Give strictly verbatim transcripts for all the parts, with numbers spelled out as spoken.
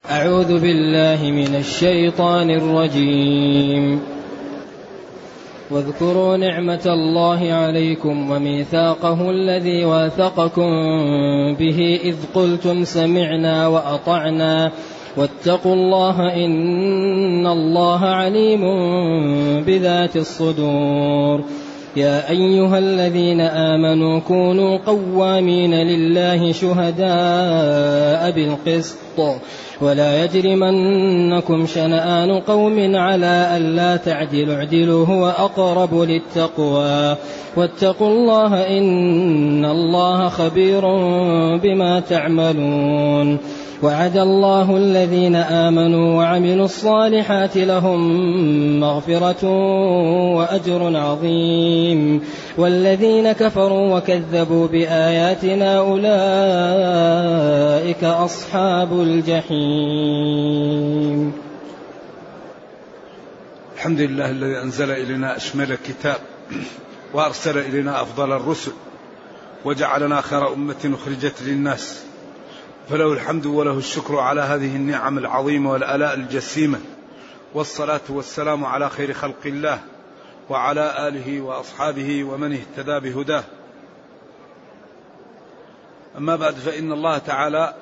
أعوذ بالله من الشيطان الرجيم. واذكروا نعمة الله عليكم وميثاقه الذي واثقكم به إذ قلتم سمعنا وأطعنا واتقوا الله إن الله عليم بذات الصدور. يا أيها الذين آمنوا كونوا قوامين لله شهداء بالقسط ولا يجرمنكم شنآن قوم على ألا تعدلوا اعدلوا هو أقرب للتقوى واتقوا الله إن الله خبير بما تعملون. وعد الله الذين آمنوا وعملوا الصالحات لهم مغفرة وأجر عظيم والذين كفروا وكذبوا بآياتنا أولئك أصحاب الجحيم. الحمد لله الذي أنزل إلينا أشمل الكتاب وأرسل إلينا أفضل الرسل وجعلنا خير أمة أخرجت للناس، فله الحمد وله الشكر على هذه النعم العظيمة والآلاء الجسيمة، والصلاة والسلام على خير خلق الله وعلى آله وأصحابه ومن اهتدى بهداه. أما بعد، فإن الله تعالى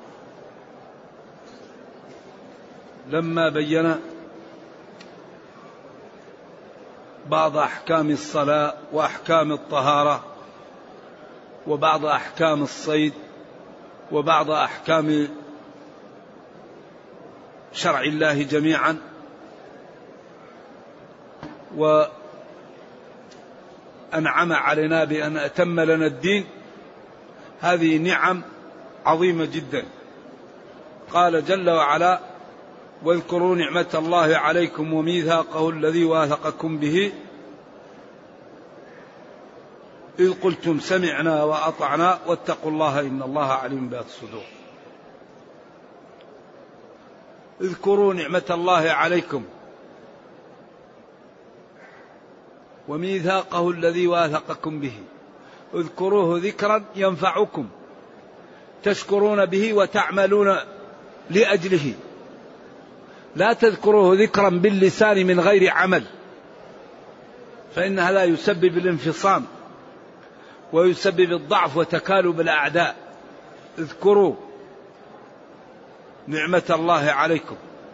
لما بين بعض أحكام الصلاة وأحكام الطهارة وبعض أحكام الصيد وبعض أحكام شرع الله جميعا، وأنعم علينا بأن أتم لنا الدين، هذه نعم عظيمة جدا. قال جل وعلا: واذكروا نعمة الله عليكم وميثاقه الذي واثقكم به إذ قلتم سمعنا وأطعنا واتقوا الله إن الله عليم بذات الصدور. اذكروا نعمة الله عليكم وميثاقه الذي واثقكم به، اذكروه ذكرا ينفعكم تشكرون به وتعملون لأجله، لا تذكروه ذكرا باللسان من غير عمل، فإن هذا يسبب الانفصام ويسبب الضعف وتكالب الأعداء. اذكروا نعمة الله عليكم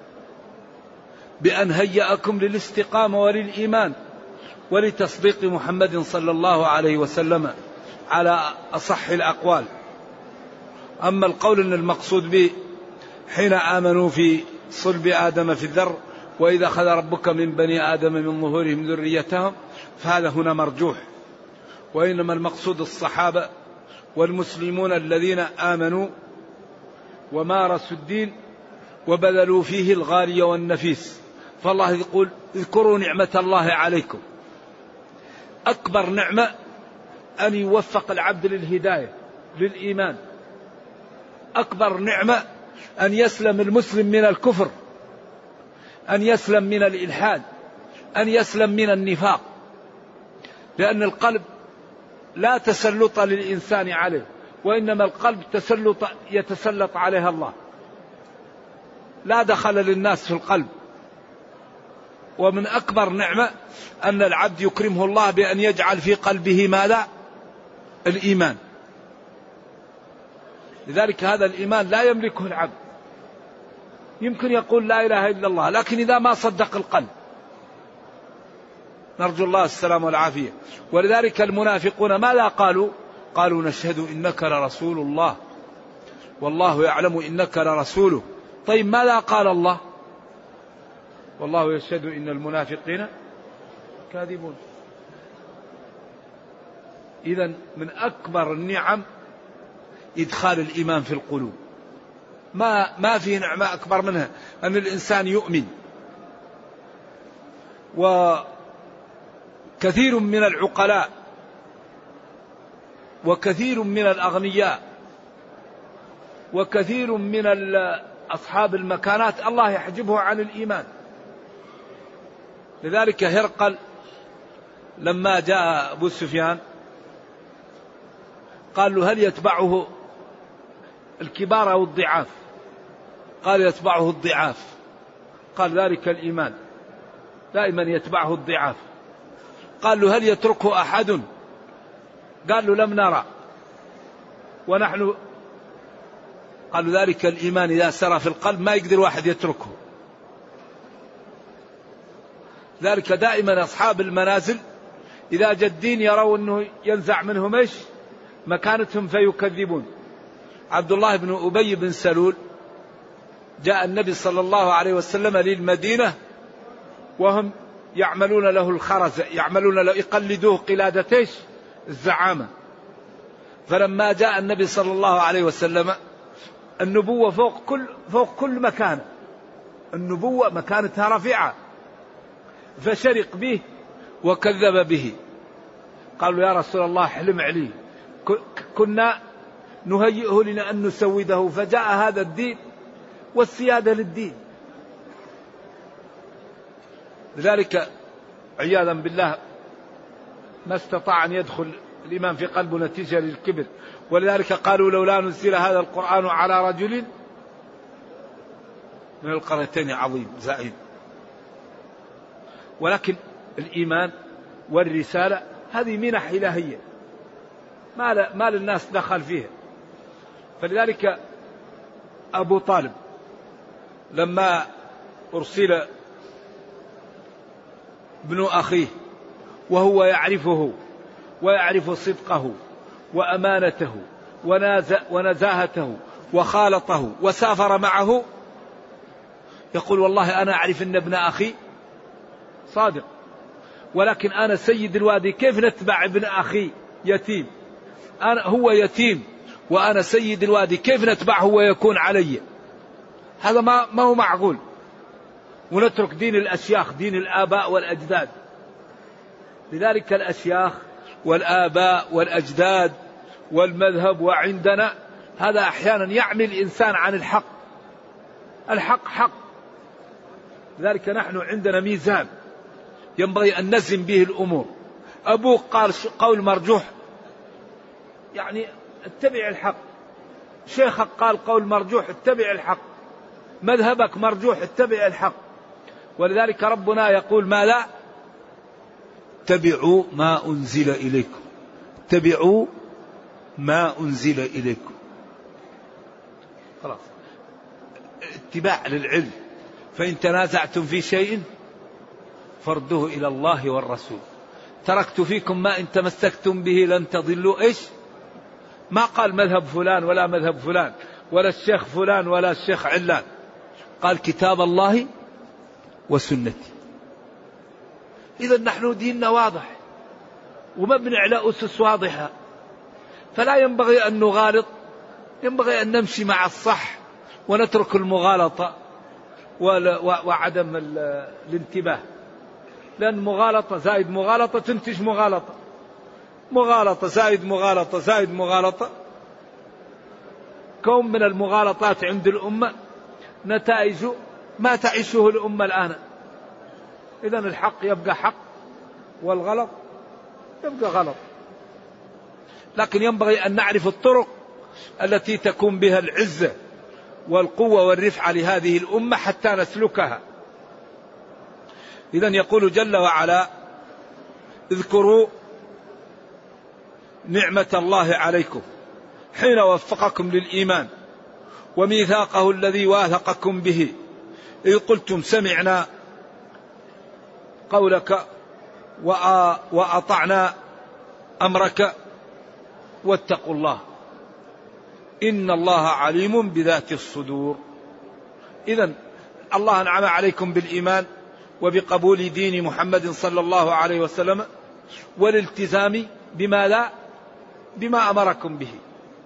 بأن هيأكم للاستقامة وللإيمان ولتصديق محمد صلى الله عليه وسلم على أصح الأقوال. أما القول أن المقصود به حين آمنوا في صلب آدم في الذر وإذا أخذ ربك من بني آدم من ظهورهم ذريتهم، فهذا هنا مرجوح، وإنما المقصود الصحابة والمسلمون الذين آمنوا ومارسوا الدين وبذلوا فيه الغالي والنفيس. فالله يقول: اذكروا نعمة الله عليكم. أكبر نعمة أن يوفق العبد للهداية للإيمان، أكبر نعمة أن يسلم المسلم من الكفر، أن يسلم من الإلحاد، أن يسلم من النفاق، لأن القلب لا تسلط للإنسان عليه، وإنما القلب تسلط يتسلط عليها الله، لا دخل للناس في القلب. ومن أكبر نعمة أن العبد يكرمه الله بأن يجعل في قلبه ماذا؟ الإيمان. لذلك هذا الإيمان لا يملكه العبد. يمكن يقول لا إله إلا الله، لكن إذا ما صدق القلب، نرجو الله السلام والعافية. ولذلك المنافقون ماذا قالوا؟ قالوا: نشهد إنك لرسول الله والله يعلم إنك لرسوله. طيب ماذا قال الله؟ والله يشهد إن المنافقين كاذبون. إذن من أكبر النعم إدخال الإيمان في القلوب، ما ما في نعمة أكبر منها أن الإنسان يؤمن. وكثير من العقلاء وكثير من الأغنياء وكثير من أصحاب المكانات الله يحجبه عن الإيمان. لذلك هرقل لما جاء أبو سفيان قال له: هل يتبعه الكبار أو الضعاف؟ قال يتبعه الضعاف. قال ذلك الإيمان دائما يتبعه الضعاف. قال له هل يتركه أحد؟ قال له لم نرى ونحن. قالوا ذلك الإيمان إذا سرى في القلب ما يقدر واحد يتركه. ذلك دائما أصحاب المنازل إذا جدين يروا أنه ينزع منهم إيش مكانتهم فيكذبون. عبد الله بن أبي بن سلول جاء النبي صلى الله عليه وسلم للمدينة وهم يعملون له الخرز، يعملون له يقلدوه قلادة إيش الزعامة. فلما جاء النبي صلى الله عليه وسلم النبوة فوق كل فوق كل مكان، النبوة مكانتها رفيعة، فشرق به وكذب به. قالوا يا رسول الله حلم عليه، كنا نهيئه لنا أن نسوده، فجاء هذا الدين والسيادة للدين. لذلك عياذا بالله ما استطاع أن يدخل الإيمان في قلبه نتيجة للكبر. ولذلك قالوا لولا نزل هذا القرآن على رجل من القريتين عظيم زعيم. ولكن الإيمان والرسالة هذه منح إلهية ما ما للناس دخل فيها. فلذلك أبو طالب لما أرسل ابن أخيه وهو يعرفه ويعرف صدقه وأمانته ونزاهته وخالطه وسافر معه، يقول والله أنا أعرف أن ابن أخي صادق، ولكن أنا سيد الوادي، كيف نتبع ابن أخي يتيم؟ أنا هو يتيم وأنا سيد الوادي، كيف نتبعه ويكون علي؟ هذا ما, ما هو معقول. ونترك دين الأشياخ، دين الآباء والأجداد. لذلك الأشياخ والآباء والأجداد والمذهب وعندنا هذا أحيانا يعمي الإنسان عن الحق. الحق حق. لذلك نحن عندنا ميزان ينبغي أن نزن به الأمور. أبوك قال قول مرجوح، يعني اتبع الحق. شيخك قال قول مرجوح، اتبع الحق. مذهبك مرجوح، اتبع الحق. ولذلك ربنا يقول ما لا اتبعوا ما أنزل إليكم، اتبعوا ما أنزل إليكم. خلاص اتباع للعلم. فإن تنازعتم في شيء فردوه إلى الله والرسول. تركت فيكم ما إن تمسكتم به لن تضلوا. إيش؟ ما قال مذهب فلان ولا مذهب فلان ولا الشيخ فلان ولا الشيخ علان، قال كتاب الله وسنتي. إذا نحن ديننا واضح ومبني على أسس واضحة، فلا ينبغي أن نغالط، ينبغي أن نمشي مع الصح ونترك المغالطة وعدم الانتباه. لأن مغالطة زائد مغالطة تنتج مغالطة، مغالطة زائد مغالطة زائد مغالطة. كون من المغالطات عند الأمة نتائج ما تعيشه الأمة الآن. إذن الحق يبقى حق والغلط يبقى غلط. لكن ينبغي أن نعرف الطرق التي تكون بها العزة والقوة والرفعة لهذه الأمة حتى نسلكها. إذن يقول جل وعلا اذكروا نعمة الله عليكم حين وفقكم للإيمان وميثاقه الذي واثقكم به إذ قلتم سمعنا قولك وأطعنا أمرك واتقوا الله إن الله عليم بذات الصدور. إذن الله أنعم عليكم بالإيمان وبقبول دين محمد صلى الله عليه وسلم والالتزام بما لا بما أمركم به،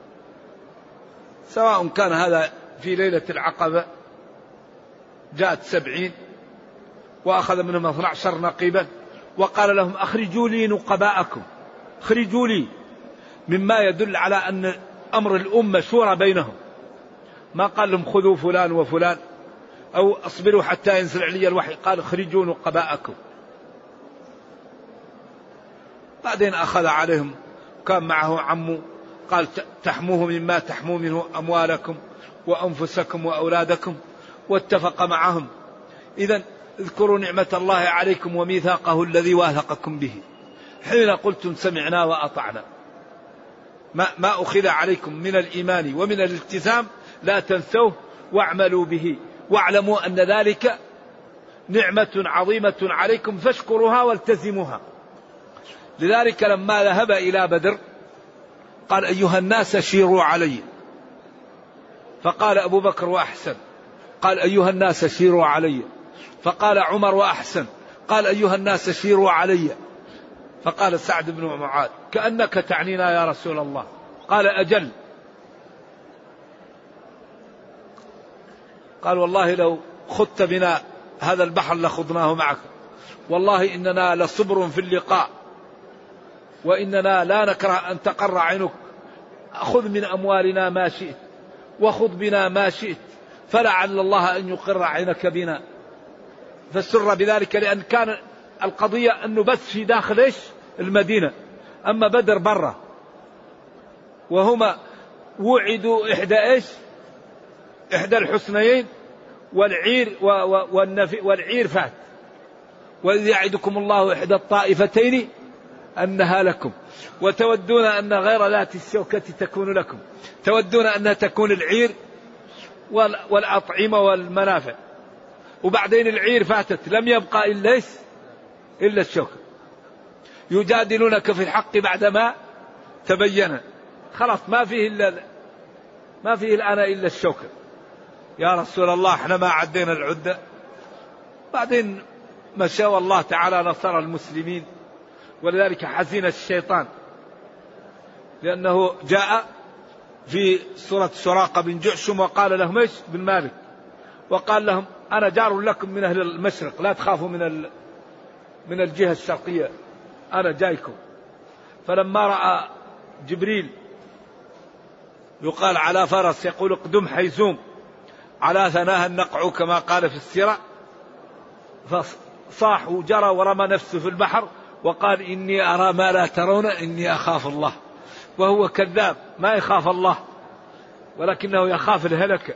سواء كان هذا في ليلة العقبة جاءت سبعين وأخذ منهم اثنا عشر نقيبا وقال لهم أخرجوا لي نقباءكم، أخرجوا لي، مما يدل على أن أمر الأمة شورى بينهم. ما قال لهم خذوا فلان وفلان أو أصبروا حتى ينزل علي الوحي، قال اخرجوا نقباءكم. بعدين أخذ عليهم، كان معه عمه قال تحموه مما تحموا منه أموالكم وأنفسكم وأولادكم واتفق معهم. إذن اذكروا نعمة الله عليكم وميثاقه الذي واثقكم به حين قلتم سمعنا وأطعنا. ما, ما أخذ عليكم من الإيمان ومن الالتزام لا تنسوه واعملوا به واعلموا أن ذلك نعمة عظيمة عليكم فاشكروها والتزموها. لذلك لما ذهب إلى بدر قال أيها الناس شيروا علي، فقال أبو بكر وأحسن، قال أيها الناس شيروا علي، فقال عمر وأحسن، قال أيها الناس شيروا علي، فقال سعد بن معاذ كأنك تعنينا يا رسول الله، قال أجل، قال والله لو خدت بنا هذا البحر لخضناه معك، والله إننا لصبر في اللقاء وإننا لا نكره أن تقر عينك، خذ من أموالنا ما شئت وخذ بنا ما شئت فلعل الله أن يقر عينك بنا. فسر بذلك لأن كان القضية أنه بس في داخل إيش المدينة، أما بدر برا، وهما وعدوا إحدى إيش إحدى الحسنيين والعير والعير فات، وإذ يعدكم الله إحدى الطائفتين أنها لكم وتودون أن غير ذات الشوكة تكون لكم، تودون أنها تكون العير والأطعمة والمنافع، وبعدين العير فاتت لم يبقى إلا إيش إلا الشوكة. يجادلونك في الحق بعدما تبين، خلاص ما فيه إلا ما فيه الآن إلا الشوكة. يا رسول الله احنا ما عدينا العدة. بعدين ما شاء الله تعالى نصر المسلمين، ولذلك حزن الشيطان لأنه جاء في سورة سراقة بن جعشم وقال لهم ايش بن مالك، وقال لهم أنا جار لكم من أهل المشرق لا تخافوا من من الجهة الشرقية أنا جايكم. فلما رأى جبريل يقال على فرس يقول اقدم حيزوم على ثناها النقع كما قال في السيرة، فصاح وجرى ورمى نفسه في البحر وقال إني أرى ما لا ترون إني أخاف الله، وهو كذاب ما يخاف الله ولكنه يخاف الهلكة.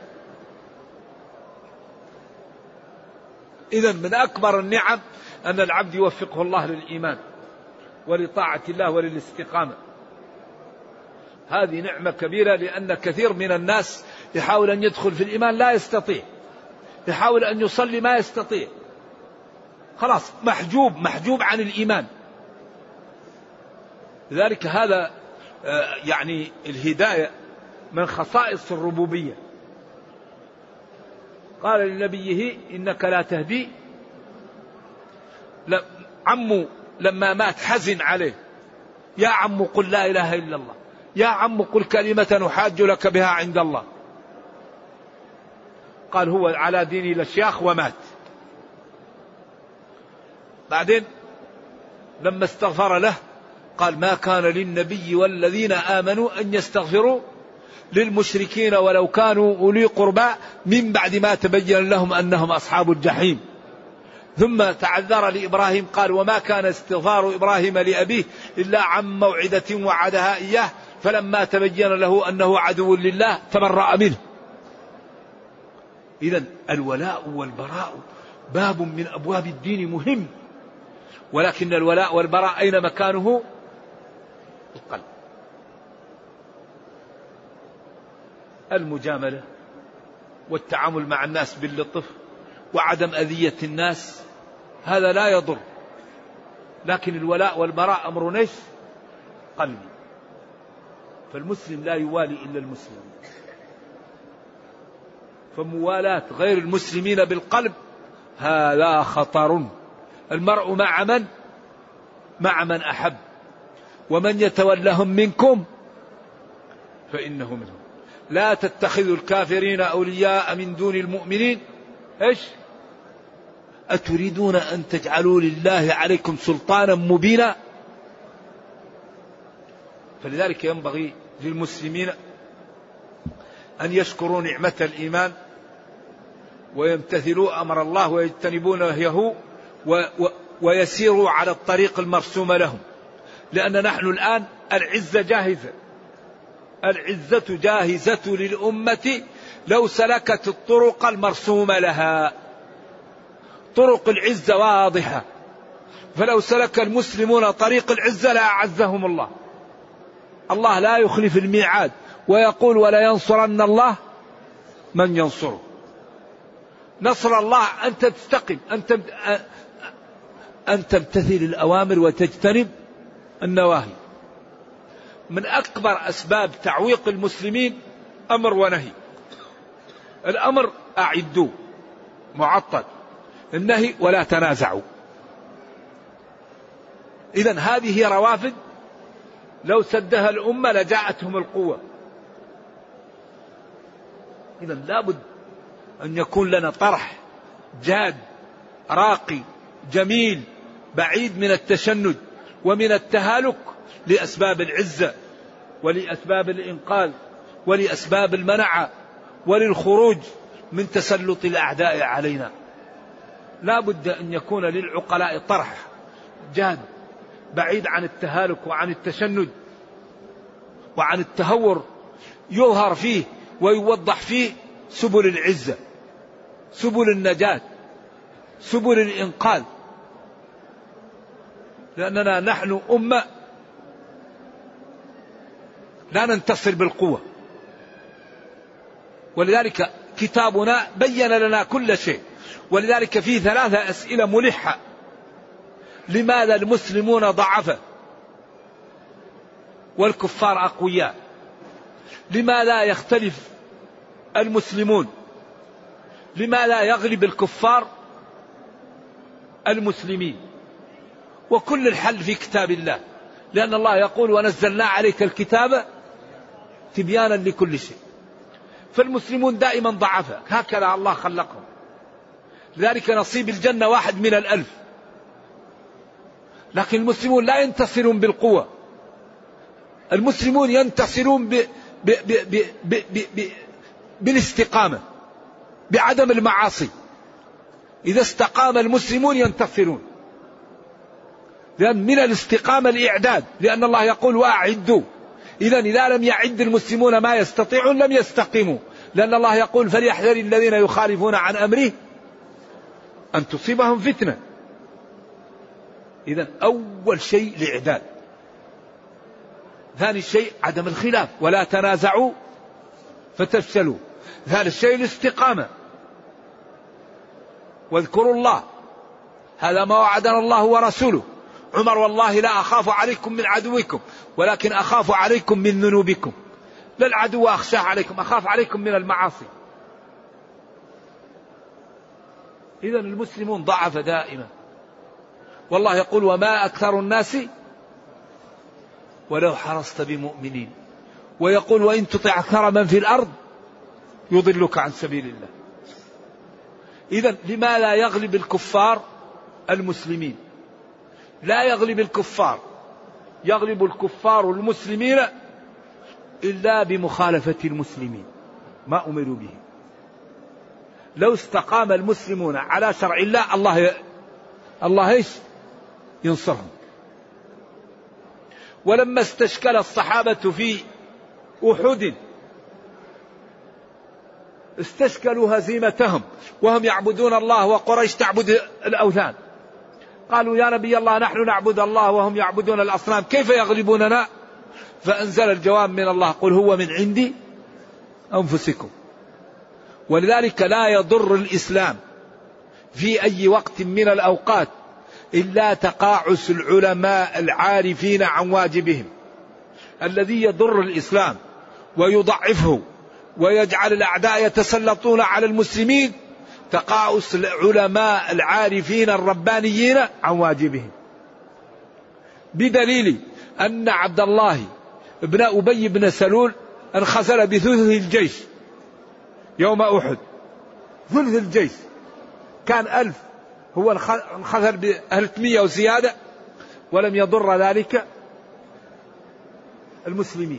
إذن من أكبر النعم أن العبد يوفقه الله للإيمان ولطاعة الله وللاستقامة، هذه نعمة كبيرة، لأن كثير من الناس يحاول أن يدخل في الإيمان لا يستطيع، يحاول أن يصلي ما يستطيع، خلاص محجوب محجوب عن الإيمان. لذلك هذا يعني الهداية من خصائص الربوبية. قال لنبيه إنك لا تهدي، عمه لما مات حزن عليه، يا عم قل لا إله إلا الله، يا عم قل كلمة نحاج لك بها عند الله، قال هو على دين الأشياخ ومات. بعدين لما استغفر له قال ما كان للنبي والذين آمنوا أن يستغفروا للمشركين ولو كانوا أولي قربى من بعد ما تبين لهم أنهم أصحاب الجحيم. ثم تعذر لإبراهيم قال وما كان استغفار إبراهيم لأبيه إلا عن موعدة وعدها إياه فلما تبين له أنه عدو لله تبرأ منه. إذن الولاء والبراء باب من أبواب الدين مهم، ولكن الولاء والبراء أين مكانه؟ القلب. المجاملة والتعامل مع الناس باللطف وعدم أذية الناس هذا لا يضر، لكن الولاء والبراء أمر ايش؟ قلبي. فالمسلم لا يوالي إلا المسلم، فموالاة غير المسلمين بالقلب هذا خطر. المرء مع من؟ مع من أحب، ومن يتولهم منكم فإنه منهم. لا تتخذوا الكافرين أولياء من دون المؤمنين. إيش؟ أتريدون أن تجعلوا لله عليكم سلطانا مبينا؟ فلذلك ينبغي للمسلمين أن يشكروا نعمة الإيمان ويمتثلوا أمر الله ويجتنبون نهيه ويسيروا على الطريق المرسوم لهم، لأن نحن الآن العزة جاهزة، العزة جاهزة للأمة لو سلكت الطرق المرسومة لها، طرق العزة واضحة، فلو سلك المسلمون طريق العزة لأعزهم الله. الله لا يخلف الميعاد، ويقول ولا ينصرن الله من ينصره. نصر الله أن تستقم، أن أن تمتثل الأوامر وتجتنب النواهي. من أكبر أسباب تعويق المسلمين أمر ونهي. الأمر أعدوا معطل، النهي ولا تنازعوا. إذن هذه هي روافد لو سدها الأمة لجاءتهم القوة. إذن لابد أن يكون لنا طرح جاد راقي جميل بعيد من التشنج ومن التهالك لأسباب العزة ولأسباب الإنقاذ ولأسباب المنعة وللخروج من تسلط الأعداء علينا. لا بد أن يكون للعقلاء طرح جاد بعيد عن التهالك وعن التشنج وعن التهور، يظهر فيه ويوضح فيه سبل العزة، سبل النجاة، سبل الإنقاذ. لأننا نحن أمة لا ننتصر بالقوة، ولذلك كتابنا بين لنا كل شيء. ولذلك فيه ثلاثة أسئلة ملحة: لماذا المسلمون ضعفاء والكفار أقوياء؟ لماذا يختلف المسلمون؟ لماذا يغلب الكفار المسلمين؟ وكل الحل في كتاب الله، لأن الله يقول ونزلنا عليك الكتاب تبيانا لكل شيء. فالمسلمون دائما ضعفاء، هكذا الله خلقهم. لذلك نصيب الجنة واحد من الألف. لكن المسلمون لا ينتصرون بالقوة، المسلمون ينتصرون ب ب ب ب ب ب ب بالاستقامة، بعدم المعاصي. إذا استقام المسلمون ينتصرون، لأن من الاستقامة الإعداد، لأن الله يقول وأعدوا. إذا إذا لم يعد المسلمون ما يستطيعون لم يستقيموا، لأن الله يقول فليحذر الذين يخالفون عن أمره أن تصيبهم فتنة. إذا أول شيء الإعداد. ثاني شيء عدم الخلاف، ولا تنازعوا فتفشلوا. ثالث شيء الاستقامة، واذكروا الله، هذا ما وعدنا الله ورسوله. عمر والله لا أخاف عليكم من عدوكم ولكن أخاف عليكم من ذنوبكم. لا العدو أخشاه عليكم، أخاف عليكم من المعاصي. إذا المسلمون ضعف دائما، والله يقول وما أكثر الناس ولو حرصت بمؤمنين، ويقول وإن تطع أكثر من في الأرض يضلك عن سبيل الله. إذا لما لا يغلب الكفار المسلمين؟ لا يغلب الكفار، يغلب الكفار المسلمين إلا بمخالفة المسلمين ما أمروا به. لو استقام المسلمون على شرع الله الله ي... الله ايش ينصرهم. ولما استشكل الصحابة في أحد استشكلوا هزيمتهم وهم يعبدون الله وقريش تعبد الأوثان. قالوا يا نبي الله نحن نعبد الله وهم يعبدون الأصنام، كيف يغلبوننا؟ فأنزل الجواب من الله قل هو من عندي أنفسكم. ولذلك لا يضر الإسلام في أي وقت من الأوقات إلا تقاعس العلماء العارفين عن واجبهم. الذي يضر الإسلام ويضعفه ويجعل الأعداء يتسلطون على المسلمين تقاعس العلماء العارفين الربانيين عن واجبهم. بدليل أن عبد الله بن أبي بن سلول انخزل بثلث الجيش يوم أحد، ثلث الجيش كان ألف، هو انخزل بثلاثمائة وزيادة ولم يضر ذلك المسلمين.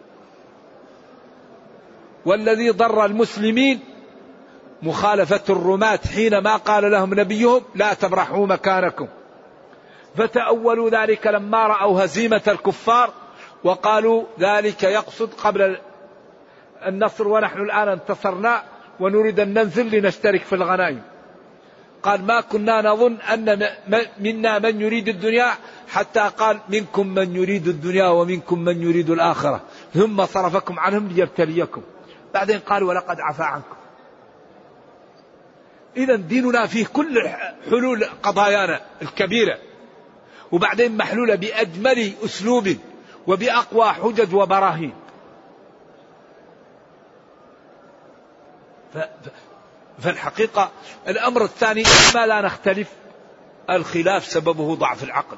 والذي ضر المسلمين مخالفة الرماة حينما قال لهم نبيهم لا تبرحوا مكانكم، فتأولوا ذلك لما رأوا هزيمة الكفار وقالوا ذلك يقصد قبل النصر ونحن الآن انتصرنا ونريد أن ننزل لنشترك في الغنائم. قال ما كنا نظن أن منا من يريد الدنيا حتى قال منكم من يريد الدنيا ومنكم من يريد الآخرة ثم صرفكم عنهم ليبتليكم. بعدين قال ولقد عفا عنكم. إذا ديننا فيه كل حلول قضايانا الكبيرة، وبعدين محلولة بأجمل أسلوب وبأقوى حجج وبراهين. فالحقيقة الأمر الثاني ما لا نختلف، الخلاف سببه ضعف العقل.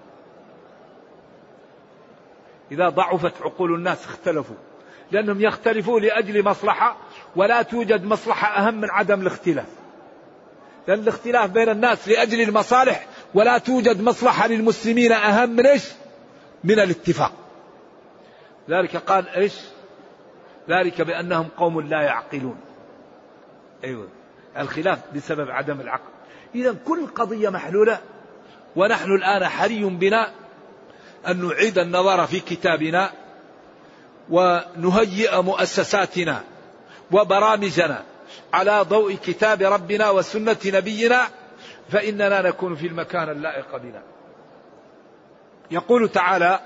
إذا ضعفت عقول الناس اختلفوا، لأنهم يختلفوا لأجل مصلحة، ولا توجد مصلحة أهم من عدم الاختلاف، لأن الاختلاف بين الناس لأجل المصالح، ولا توجد مصلحة للمسلمين أهم من إيش؟ من الاتفاق. ذلك قال إيش؟ ذلك بأنهم قوم لا يعقلون. أيوة، الخلاف بسبب عدم العقل. إذا كل قضية محلولة، ونحن الآن حري بنا أن نعيد النظر في كتابنا ونهيئ مؤسساتنا وبرامجنا على ضوء كتاب ربنا وسنة نبينا، فإننا نكون في المكان اللائق بنا. يقول تعالى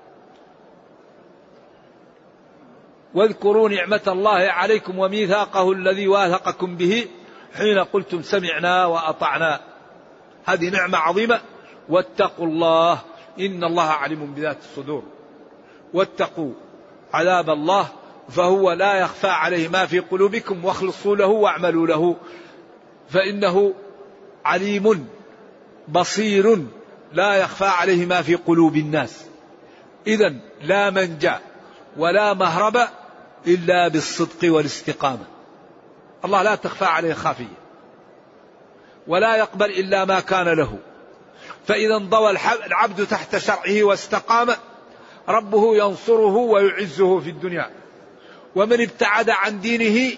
واذكروا نعمة الله عليكم وميثاقه الذي واثقكم به حين قلتم سمعنا وأطعنا. هذه نعمة عظيمة. واتقوا الله إن الله عليم بذات الصدور. واتقوا عذاب الله فهو لا يخفى عليه ما في قلوبكم واخلصوا له واعملوا له فإنه عليم بصير لا يخفى عليه ما في قلوب الناس. إذن لا منجا ولا مهرب إلا بالصدق والاستقامة. الله لا تخفى عليه خافية، ولا يقبل إلا ما كان له. فإذا انضوى العبد تحت شرعه واستقام ربه ينصره ويعزه في الدنيا. ومن ابتعد عن دينه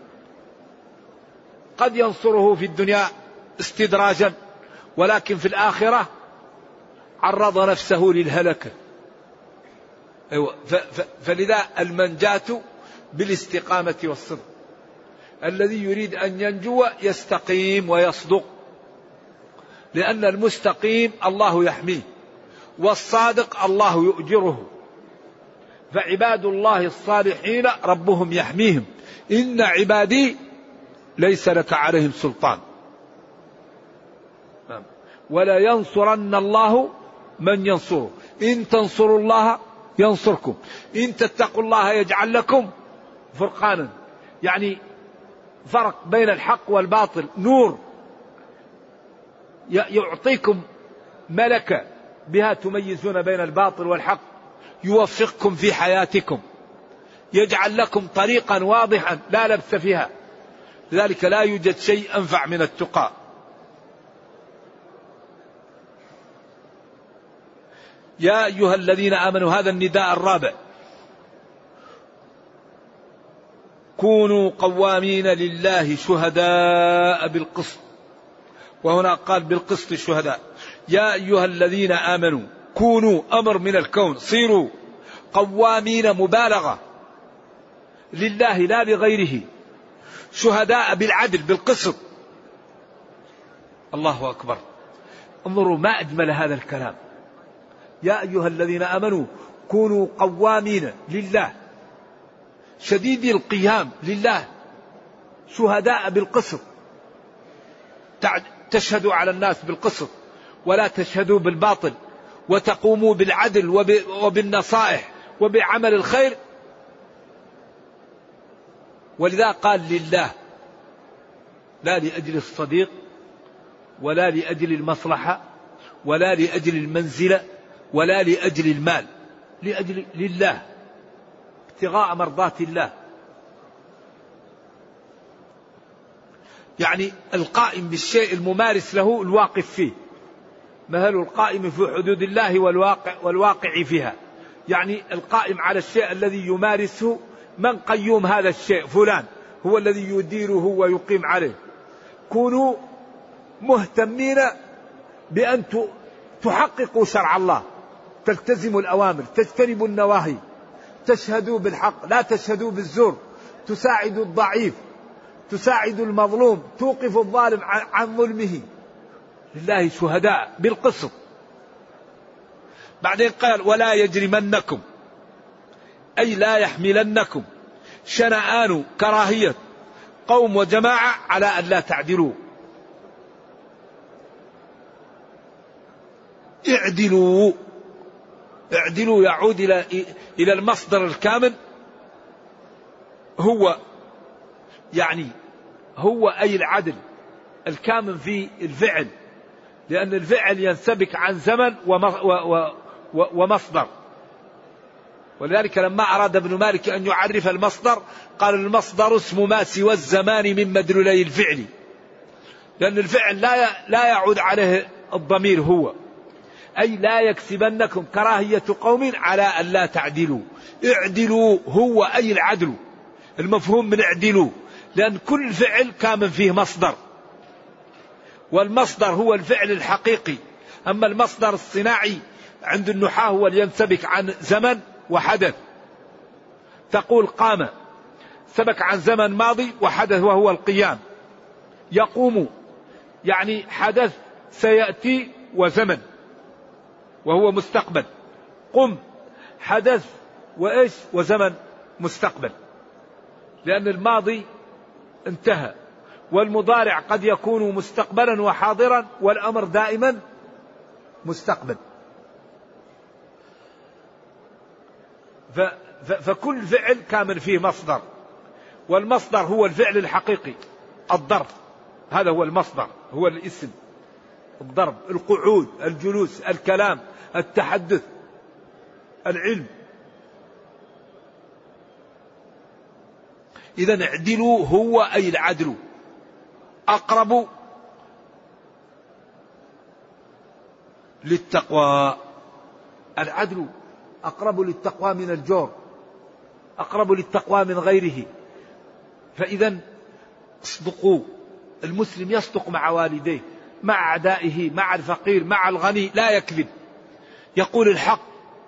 قد ينصره في الدنيا استدراجا، ولكن في الآخرة عرض نفسه للهلكة. أيوة، فلذا المنجاة بالاستقامة والصدق. الذي يريد أن ينجو يستقيم ويصدق، لأن المستقيم الله يحميه، والصادق الله يؤجره. فعباد الله الصالحين ربهم يحميهم. إن عبادي ليس لك عليهم سلطان. ولا ينصرن الله من ينصره. إن تنصروا الله ينصركم، إن تتقوا الله يجعل لكم فرقانا. يعني فرق بين الحق والباطل، نور يعطيكم ملكة بها تميزون بين الباطل والحق، يوفقكم في حياتكم، يجعل لكم طريقا واضحا لا لبس فيها. لذلك لا يوجد شيء أنفع من التقى. يا أيها الذين آمنوا، هذا النداء الرابع، كونوا قوامين لله شهداء بالقسط. وهنا قال بالقسط شهداء. يا أيها الذين آمنوا كونوا، أمر من الكون، صيروا قوامين مبالغة لله لا لغيره، شهداء بالعدل بالقسط. الله أكبر. انظروا ما أجمل هذا الكلام. يا أيها الذين آمنوا كونوا قوامين لله، شديد القيام لله، شهداء بالقسط. تشهدوا على الناس بالقسط ولا تشهدوا بالباطل، وتقوموا بالعدل وبالنصائح وبعمل الخير. ولذا قال لله، لا لأجل الصديق ولا لأجل المصلحة ولا لأجل المنزلة ولا لأجل المال، لأجل لله، ابتغاء مرضات الله. يعني القائم بالشيء الممارس له الواقف فيه، مثل القائم في حدود الله والواقع, والواقع فيها. يعني القائم على الشيء الذي يمارسه، من قيوم هذا الشيء؟ فلان هو الذي يديره ويقيم عليه. كونوا مهتمين بأن تحققوا شرع الله، تلتزموا الأوامر، تجتنبوا النواهي، تشهدوا بالحق لا تشهدوا بالزور، تساعدوا الضعيف، تساعدوا المظلوم، توقف الظالم عن ظلمه، لله شهداء بالقسط. بعدين قال ولا يجرمنكم، أي لا يحملنكم شنآن كراهية قوم وجماعة على أن لا تعدلوا، اعدلوا. اعدلوا يعود إلى إلى المصدر الكامل، هو يعني هو أي العدل الكامل في الفعل، لأن الفعل ينسبك عن زمن ومصدر. ولذلك لما أراد ابن مالك أن يعرف المصدر قال المصدر اسم ما سوى الزمان من مدلولي الفعل، لأن الفعل لا لا يعود عليه الضمير هو، أي لا يكسبنكم كراهية قوم على أن لا تعدلوا. اعدلوا هو أي العدل، المفهوم من اعدلوا، لأن كل فعل كامل فيه مصدر، والمصدر هو الفعل الحقيقي. أما المصدر الصناعي عند النحاة هو ينسبك عن زمن وحدث. تقول قام سبك عن زمن ماضي وحدث وهو القيام. يقوم يعني حدث سيأتي وزمن وهو مستقبل. قم حدث وإيش وزمن مستقبل، لأن الماضي انتهى، والمضارع قد يكون مستقبلا وحاضرا، والأمر دائما مستقبل. فكل فعل كامل فيه مصدر، والمصدر هو الفعل الحقيقي. الضرب هذا هو المصدر، هو الاسم. الضرب، القعود، الجلوس، الكلام، التحدث، العلم. إذن اعدلوا هو أي العدل، أقرب للتقوى. العدل أقرب للتقوى من الجور، أقرب للتقوى من غيره. فإذا اصدقوا، المسلم يصدق مع والديه، مع أعدائه، مع الفقير، مع الغني، لا يكذب، يقول الحق.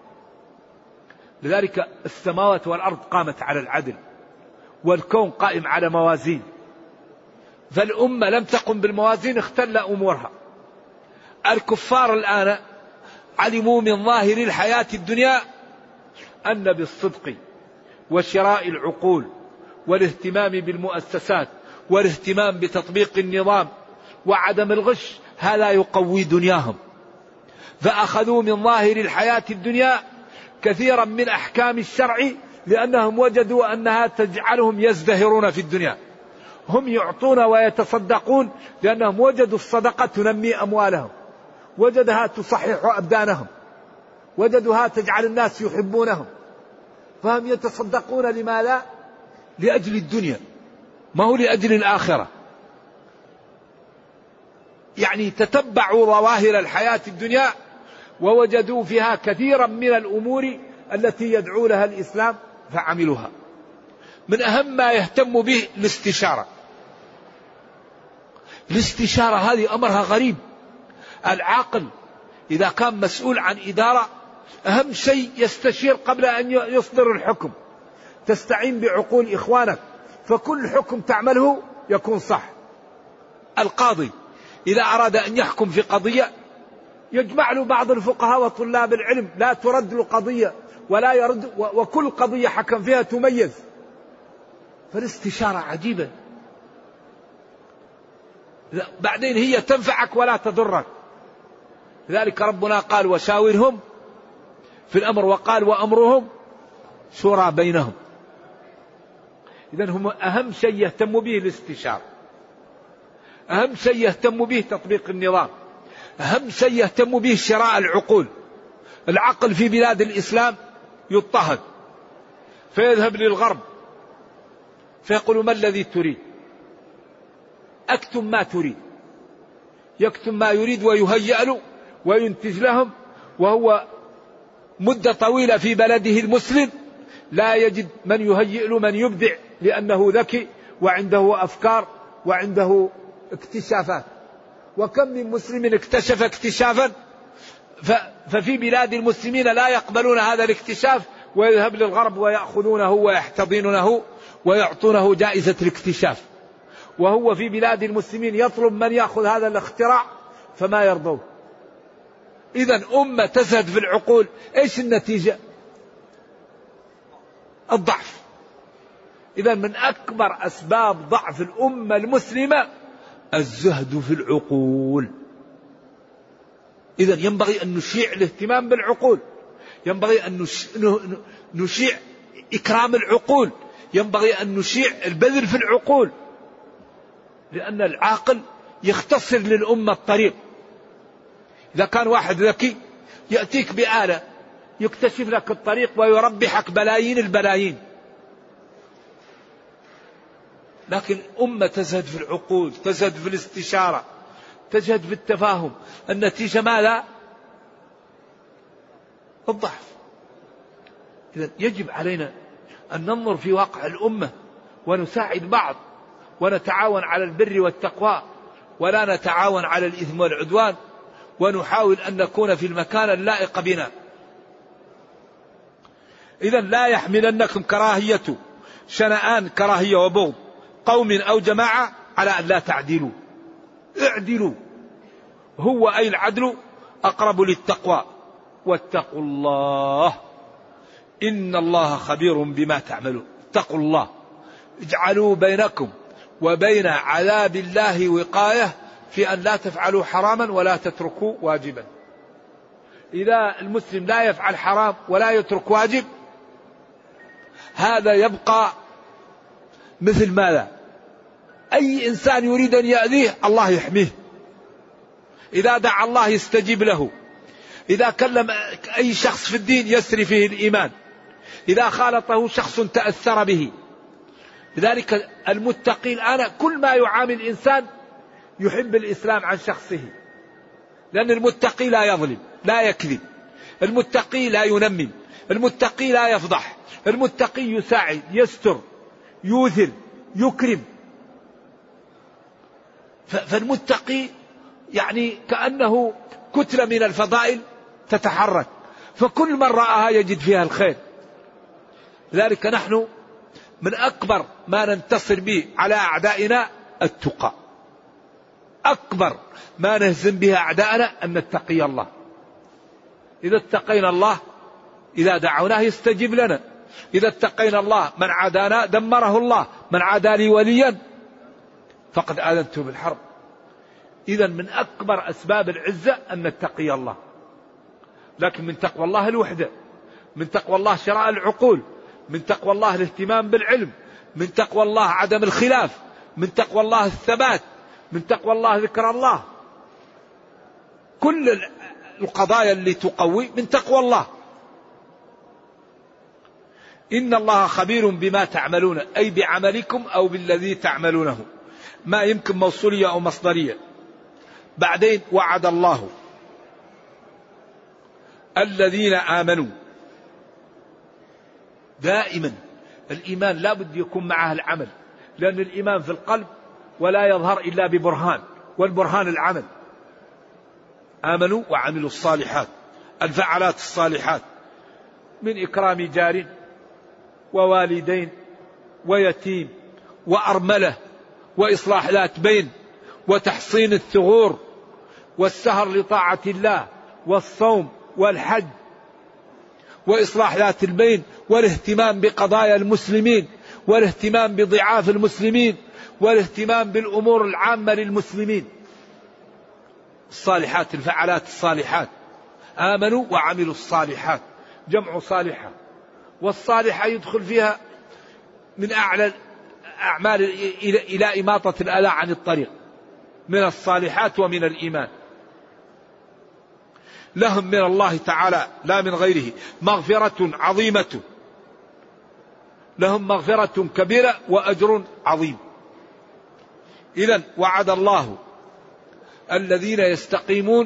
لذلك السماوات والأرض قامت على العدل، والكون قائم على موازين، فالأمة لم تقم بالموازين اختل أمورها. الكفار الآن علموا من ظاهر الحياة الدنيا أن بالصدق وشراء العقول والاهتمام بالمؤسسات والاهتمام بتطبيق النظام وعدم الغش هذا يقوي دنياهم، فأخذوا من ظاهر الحياة الدنيا كثيرا من أحكام الشرع، لأنهم وجدوا أنها تجعلهم يزدهرون في الدنيا. هم يعطون ويتصدقون لأنهم وجدوا الصدقة تنمي أموالهم، وجدها تصحح أبدانهم، وجدوها تجعل الناس يحبونهم، فهم يتصدقون. لماذا؟ لأجل الدنيا، ما هو لأجل الآخرة. يعني تتبعوا ظواهر الحياة الدنيا ووجدوا فيها كثيرا من الأمور التي يدعو لها الإسلام فعملوها. من أهم ما يهتم به الاستشارة. الاستشارة هذه أمرها غريب. العاقل إذا كان مسؤول عن إدارة أهم شيء يستشير قبل أن يصدر الحكم، تستعين بعقول إخوانك، فكل حكم تعمله يكون صح. القاضي إذا أراد أن يحكم في قضية يجمع له بعض الفقهاء وطلاب العلم، لا ترد له قضية ولا يرد، وكل قضية حكم فيها تميز. فالاستشارة عجيبة. بعدين هي تنفعك ولا تضرك. لذلك ربنا قال وشاورهم في الأمر، وقال وأمرهم شورى بينهم. إذن هم أهم شيء يهتم به الاستشارة، أهم شيء يهتم به تطبيق النظام، أهم شيء يهتم به شراء العقول. العقل في بلاد الإسلام يضطهد، فيذهب للغرب فيقول ما الذي تريد؟ اكتم ما تريد، يكتم ما يريد ويهيأ له وينتج لهم، وهو مدة طويلة في بلده المسلم لا يجد من يهيئ له، من يبدع، لأنه ذكي وعنده أفكار وعنده اكتشافات. وكم من مسلم اكتشف اكتشافا ففي بلاد المسلمين لا يقبلون هذا الاكتشاف ويذهب للغرب ويأخذونه ويحتضنونه ويعطونه جائزة الاكتشاف، وهو في بلاد المسلمين يطلب من يأخذ هذا الاختراع فما يرضون. إذن أمة تزهد في العقول، إيش النتيجة؟ الضعف. إذن من أكبر أسباب ضعف الأمة المسلمة الزهد في العقول. إذن ينبغي أن نشيع الاهتمام بالعقول، ينبغي أن نشيع إكرام العقول، ينبغي أن نشيع البذل في العقول، لأن العاقل يختصر للأمة الطريق. إذا كان واحد ذكي يأتيك بآلة يكتشف لك الطريق ويربحك بلايين البلايين، لكن أمة تزهد في العقول، تزهد في الاستشارة، تزهد في التفاهم، النتيجة ماذا؟ الضعف. إذن يجب علينا أن ننظر في واقع الأمة ونساعد بعض ونتعاون على البر والتقوى، ولا نتعاون على الإثم والعدوان، ونحاول أن نكون في المكان اللائق بنا. إذن لا يحملنكم كراهية شنآن كراهية وبغض قوم أو جماعة على أن لا تعدلوا، اعدلوا، هو أي العدل أقرب للتقوى، واتقوا الله إن الله خبير بما تعملون. اتقوا الله، اجعلوا بينكم وبين عذاب الله وقاية في أن لا تفعلوا حراما ولا تتركوا واجبا. إذا المسلم لا يفعل حرام ولا يترك واجب، هذا يبقى مثل ماذا؟ أي إنسان يريد أن يأذيه الله يحميه، إذا دعا الله يستجيب له، إذا كلم أي شخص في الدين يسري فيه الإيمان، إذا خالطه شخص تأثر به. لذلك المتقي الآن كل ما يعامل الإنسان يحب الإسلام عن شخصه، لأن المتقي لا يظلم، لا يكذب، المتقي لا ينمم، المتقي لا يفضح، المتقي يساعد، يستر، يوثر، يكرم. فالمتقي يعني كأنه كتلة من الفضائل تتحرك، فكل من رآها يجد فيها الخير. لذلك نحن من أكبر ما ننتصر به على أعدائنا التقى، أكبر ما نهزم به أعدائنا أن نتقي الله. إذا اتقينا الله إذا دعوناه يستجيب لنا، إذا اتقينا الله من عادانا دمره الله، من عادى لي وليا فقد آذنته بالحرب. إذا من أكبر أسباب العزة أن نتقي الله، لكن من تقوى الله الوحدة، من تقوى الله شراء العقول، من تقوى الله الاهتمام بالعلم، من تقوى الله عدم الخلاف، من تقوى الله الثبات، من تقوى الله ذكر الله. كل القضايا اللي تقوي من تقوى الله. إن الله خبير بما تعملون، أي بعملكم أو بالذي تعملونه، ما يمكن موصولية أو مصدرية. بعدين وعد الله الذين آمنوا. دائما الإيمان لا بد يكون معه العمل، لأن الإيمان في القلب ولا يظهر إلا ببرهان، والبرهان العمل. آمنوا وعملوا الصالحات، الفعلات الصالحات، من إكرام جار ووالدين ويتيم وأرملة وإصلاح ذات بين وتحصين الثغور والسهر لطاعة الله والصوم والحج وإصلاح ذات البين والاهتمام بقضايا المسلمين والاهتمام بضعاف المسلمين والاهتمام بالأمور العامة للمسلمين. الصالحات، الفعلات الصالحات. آمنوا وعملوا الصالحات، جمع صالحة، والصالحة يدخل فيها من أعلى أعمال إلى إماطة الأذى عن الطريق، من الصالحات ومن الإيمان. لهم من الله تعالى لا من غيره مغفرة عظيمة، لهم مغفرة كبيرة وأجر عظيم. إذن وعد الله الذين يستقيمون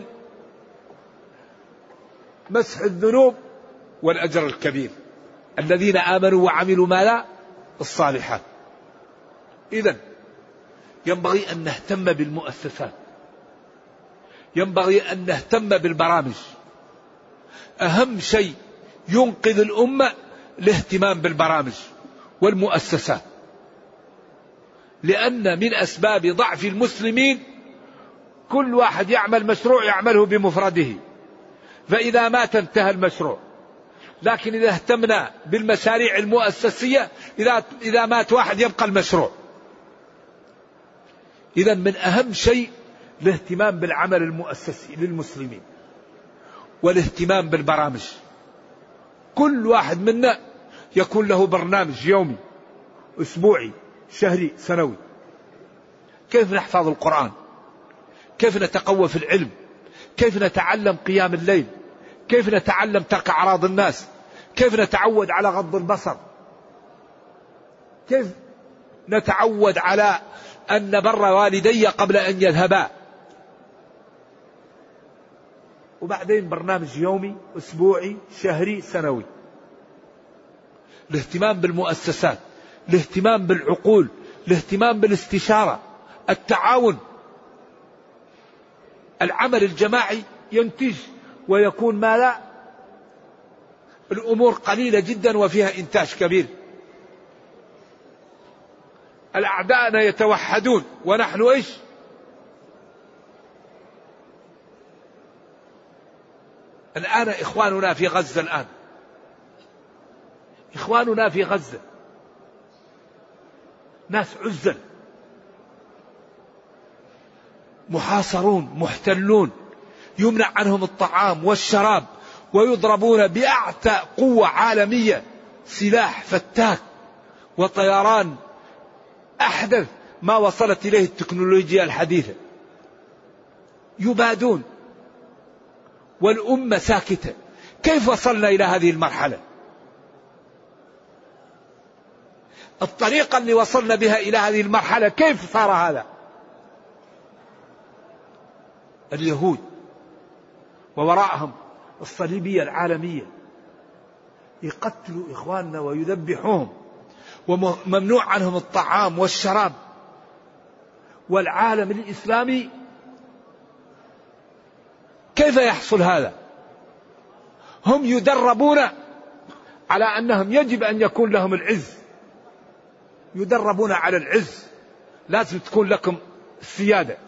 مسح الذنوب والأجر الكبير، الذين آمنوا وعملوا ما لا الصالحات. إذن ينبغي أن نهتم بالمؤسسات، ينبغي أن نهتم بالبرامج. أهم شيء ينقذ الأمة الاهتمام بالبرامج والمؤسسات، لأن من أسباب ضعف المسلمين كل واحد يعمل مشروع يعمله بمفرده، فإذا مات انتهى المشروع. لكن إذا اهتمنا بالمشاريع المؤسسية إذا إذا مات واحد يبقى المشروع. إذا من أهم شيء الاهتمام بالعمل المؤسسي للمسلمين والاهتمام بالبرامج. كل واحد منا يكون له برنامج يومي أسبوعي شهري سنوي، كيف نحفظ القرآن، كيف نتقوى في العلم، كيف نتعلم قيام الليل، كيف نتعلم ترك أعراض الناس، كيف نتعود على غض البصر، كيف نتعود على أن نبر والدي قبل أن يذهبا. وبعدين برنامج يومي أسبوعي شهري سنوي. الاهتمام بالمؤسسات، الاهتمام بالعقول، الاهتمام بالاستشارة، التعاون، العمل الجماعي ينتج ويكون ما لا الأمور قليلة جدا وفيها إنتاج كبير. الأعداء يتوحدون ونحن إيش؟ الآن إخواننا في غزة، الآن إخواننا في غزة ناس عزل محاصرون محتلون، يمنع عنهم الطعام والشراب ويضربون بأعتى قوة عالمية، سلاح فتاك وطيران أحدث ما وصلت إليه التكنولوجيا الحديثة، يبادون والأمة ساكتة. كيف وصلنا إلى هذه المرحلة؟ الطريقة اللي وصلنا بها إلى هذه المرحلة كيف صار هذا؟ اليهود ووراءهم الصليبية العالمية يقتلوا إخواننا ويذبحوهم، وممنوع عنهم الطعام والشراب. والعالم الإسلامي كيف يحصل هذا؟ هم يدربون على أنهم يجب أن يكون لهم العز، يدربون على العز، لازم تكون لكم السيادة.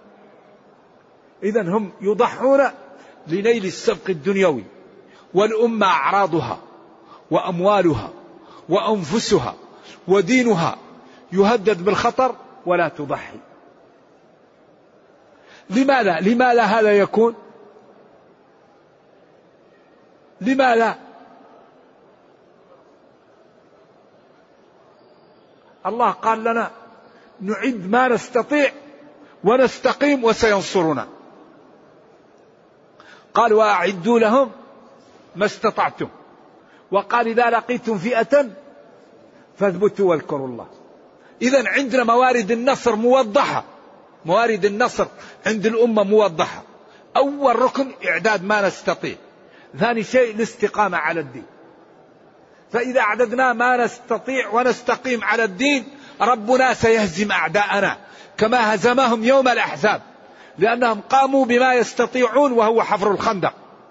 إذن هم يضحون لنيل السبق الدنيوي، والأمة أعراضها وأموالها وأنفسها ودينها يهدد بالخطر ولا تضحي. لماذا؟ لماذا هذا يكون؟ لماذا؟ الله قال لنا نعد ما نستطيع ونستقيم وسينصرنا. قال وأعدوا لهم ما استطعتم، وقال إذا لقيتم فئة فاثبتوا واذكروا الله. إذن عندنا موارد النصر موضحة، موارد النصر عند الأمة موضحة. أول ركن إعداد ما نستطيع، ثاني شيء الاستقامة على الدين. فإذا أعددنا ما نستطيع ونستقيم على الدين ربنا سيهزم أعداءنا كما هزمهم يوم الأحزاب، لأنهم قاموا بما يستطيعون وهو حفر الخندق،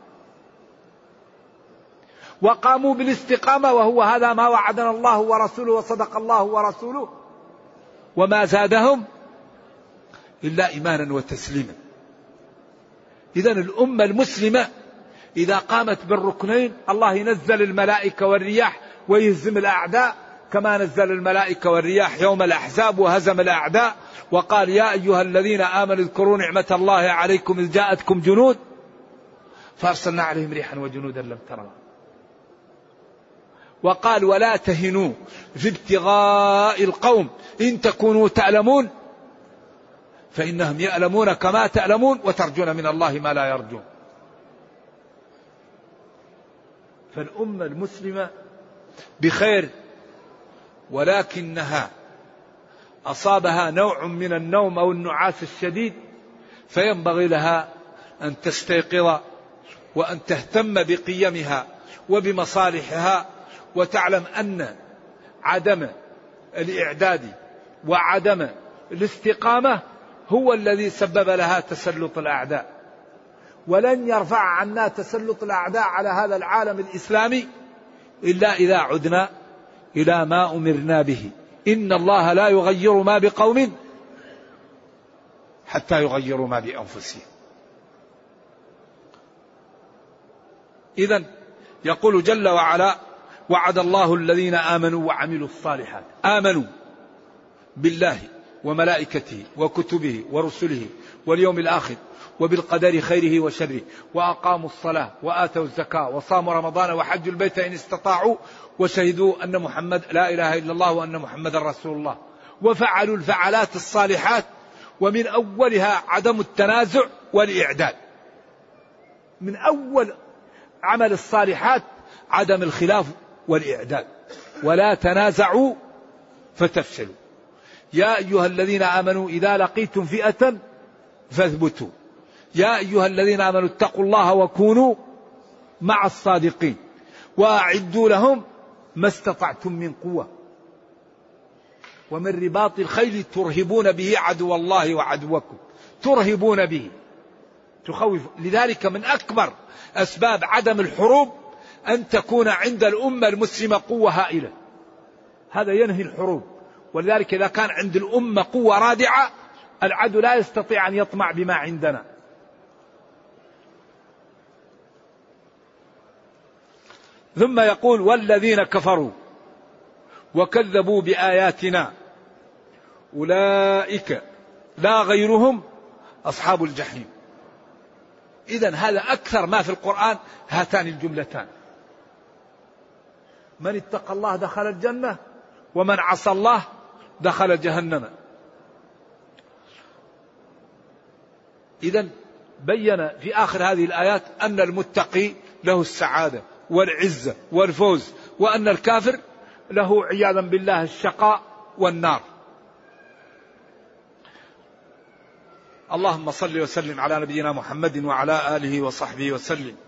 وقاموا بالاستقامة وهو هذا ما وعدنا الله ورسوله وصدق الله ورسوله، وما زادهم إلا إيمانا وتسليما. إذن الأمة المسلمة إذا قامت بالركنين الله ينزل الملائكة والرياح ويهزم الأعداء كما نزل الملائكة والرياح يوم الأحزاب وهزم الأعداء. وقال يا أيها الذين آمنوا اذكروا نعمة الله عليكم إذ جاءتكم جنود فأرسلنا عليهم ريحا وجنودا لم تروا. وقال ولا تهنوا في ابتغاء القوم إن تكونوا تعلمون فإنهم يعلمون كما تعلمون وترجون من الله ما لا يرجون. فالأمة المسلمة بخير، ولكنها أصابها نوع من النوم أو النعاس الشديد، فينبغي لها أن تستيقظ وأن تهتم بقيمها وبمصالحها، وتعلم أن عدم الإعداد وعدم الاستقامة هو الذي سبب لها تسلط الأعداء. ولن يرفع عنا تسلط الأعداء على هذا العالم الإسلامي إلا إذا عدنا إلى ما أمرنا به، إن الله لا يغير ما بقوم حتى يغيروا ما بأنفسهم. إذن يقول جل وعلا: وعد الله الذين آمنوا وعملوا الصالحات، آمنوا بالله وملائكته وكتبه ورسله واليوم الآخر وبالقدر خيره وشره، وأقاموا الصلاة وآتوا الزكاة وصاموا رمضان وحجوا البيت إن استطاعوا وشهدوا أن محمد لا إله إلا الله وأن محمد رسول الله، وفعلوا الفعلات الصالحات، ومن أولها عدم التنازع والإعداد. من أول عمل الصالحات عدم الخلاف والإعداد، ولا تنازعوا فتفشلوا. يا أيها الذين آمنوا إذا لقيتم فئة فاثبتوا، يا أيها الذين آمنوا اتقوا الله وكونوا مع الصادقين، وأعدوا لهم ما استطعتم من قوة ومن رباط الخيل ترهبون به عدو الله وعدوكم، ترهبون به تخوف. لذلك من أكبر أسباب عدم الحروب أن تكون عند الأمة المسلمة قوة هائلة، هذا ينهي الحروب. ولذلك إذا كان عند الأمة قوة رادعة العدو لا يستطيع أن يطمع بما عندنا. ثم يقول: والذين كفروا وكذبوا بآياتنا أولئك لا غيرهم أصحاب الجحيم. إذن هذا أكثر ما في القرآن هاتان الجملتان: من اتقى الله دخل الجنة، ومن عصى الله دخل جهنم. إذن بين في آخر هذه الآيات أن المتقي له السعادة والعزة والفوز، وأن الكافر له عياذا بالله الشقاء والنار. اللهم صل وسلم على نبينا محمد وعلى آله وصحبه وسلم.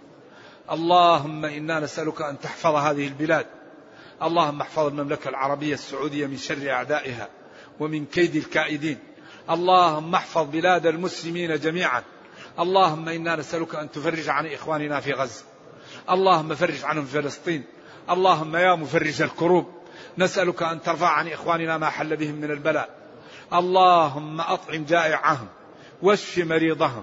اللهم إنا نسألك أن تحفظ هذه البلاد، اللهم احفظ المملكة العربية السعودية من شر أعدائها ومن كيد الكائدين. اللهم احفظ بلاد المسلمين جميعا. اللهم إنا نسألك أن تفرج عن إخواننا في غزة، اللهم فرج عنهم في فلسطين. اللهم يا مفرج الكروب نسألك أن ترفع عن إخواننا ما حل بهم من البلاء. اللهم أطعم جائعهم واشف مريضهم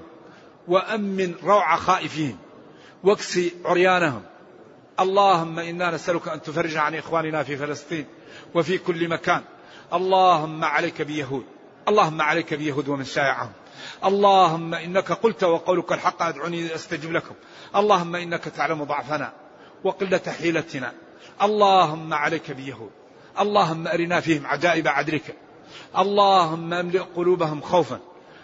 وأمن روع خائفين واكس عريانهم. اللهم إنا نسألك أن تفرج عن إخواننا في فلسطين وفي كل مكان. اللهم عليك بيهود، اللهم عليك بيهود ومن شايعهم. اللهم إنك قلت وقولك الحق أدعوني أستجب لكم. اللهم إنك تعلم ضعفنا وقلة حيلتنا. اللهم عليك بيهود، اللهم أرنا فيهم عجائب عدلك. اللهم املئ قلوبهم خوفا،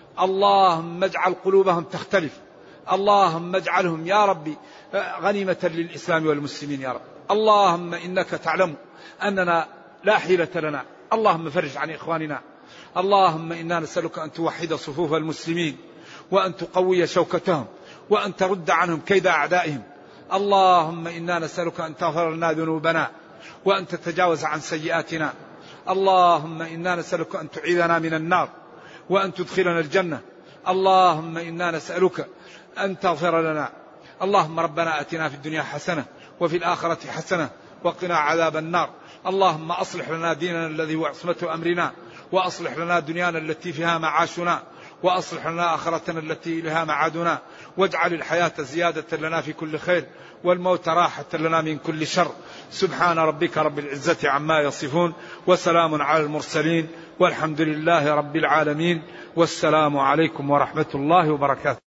اللهم اجعل قلوبهم تختلف. اللهم اجعلهم يا ربي غنيمة للإسلام والمسلمين يا رب. اللهم إنك تعلم أننا لا حيلة لنا. اللهم فرج عن إخواننا. اللهم إنا نسألك أن توحد صفوف المسلمين وأن تقوي شوكتهم وأن ترد عنهم كيد أعدائهم. اللهم إنا نسألك أن تغفر لنا ذنوبنا وأن تتجاوز عن سيئاتنا. اللهم إنا نسألك أن تعيذنا من النار وأن تدخلنا الجنة. اللهم إنا نسألك أن تغفر لنا. اللهم ربنا أتنا في الدنيا حسنة وفي الآخرة حسنة وقنا عذاب النار. اللهم أصلح لنا ديننا الذي هو عصمة أمرنا، وأصلح لنا دنيانا التي فيها معاشنا، وأصلح لنا آخرتنا التي إليها معادنا، واجعل الحياة زيادة لنا في كل خير والموت راحة لنا من كل شر. سبحان ربك رب العزة عما يصفون، وسلام على المرسلين، والحمد لله رب العالمين، والسلام عليكم ورحمة الله وبركاته.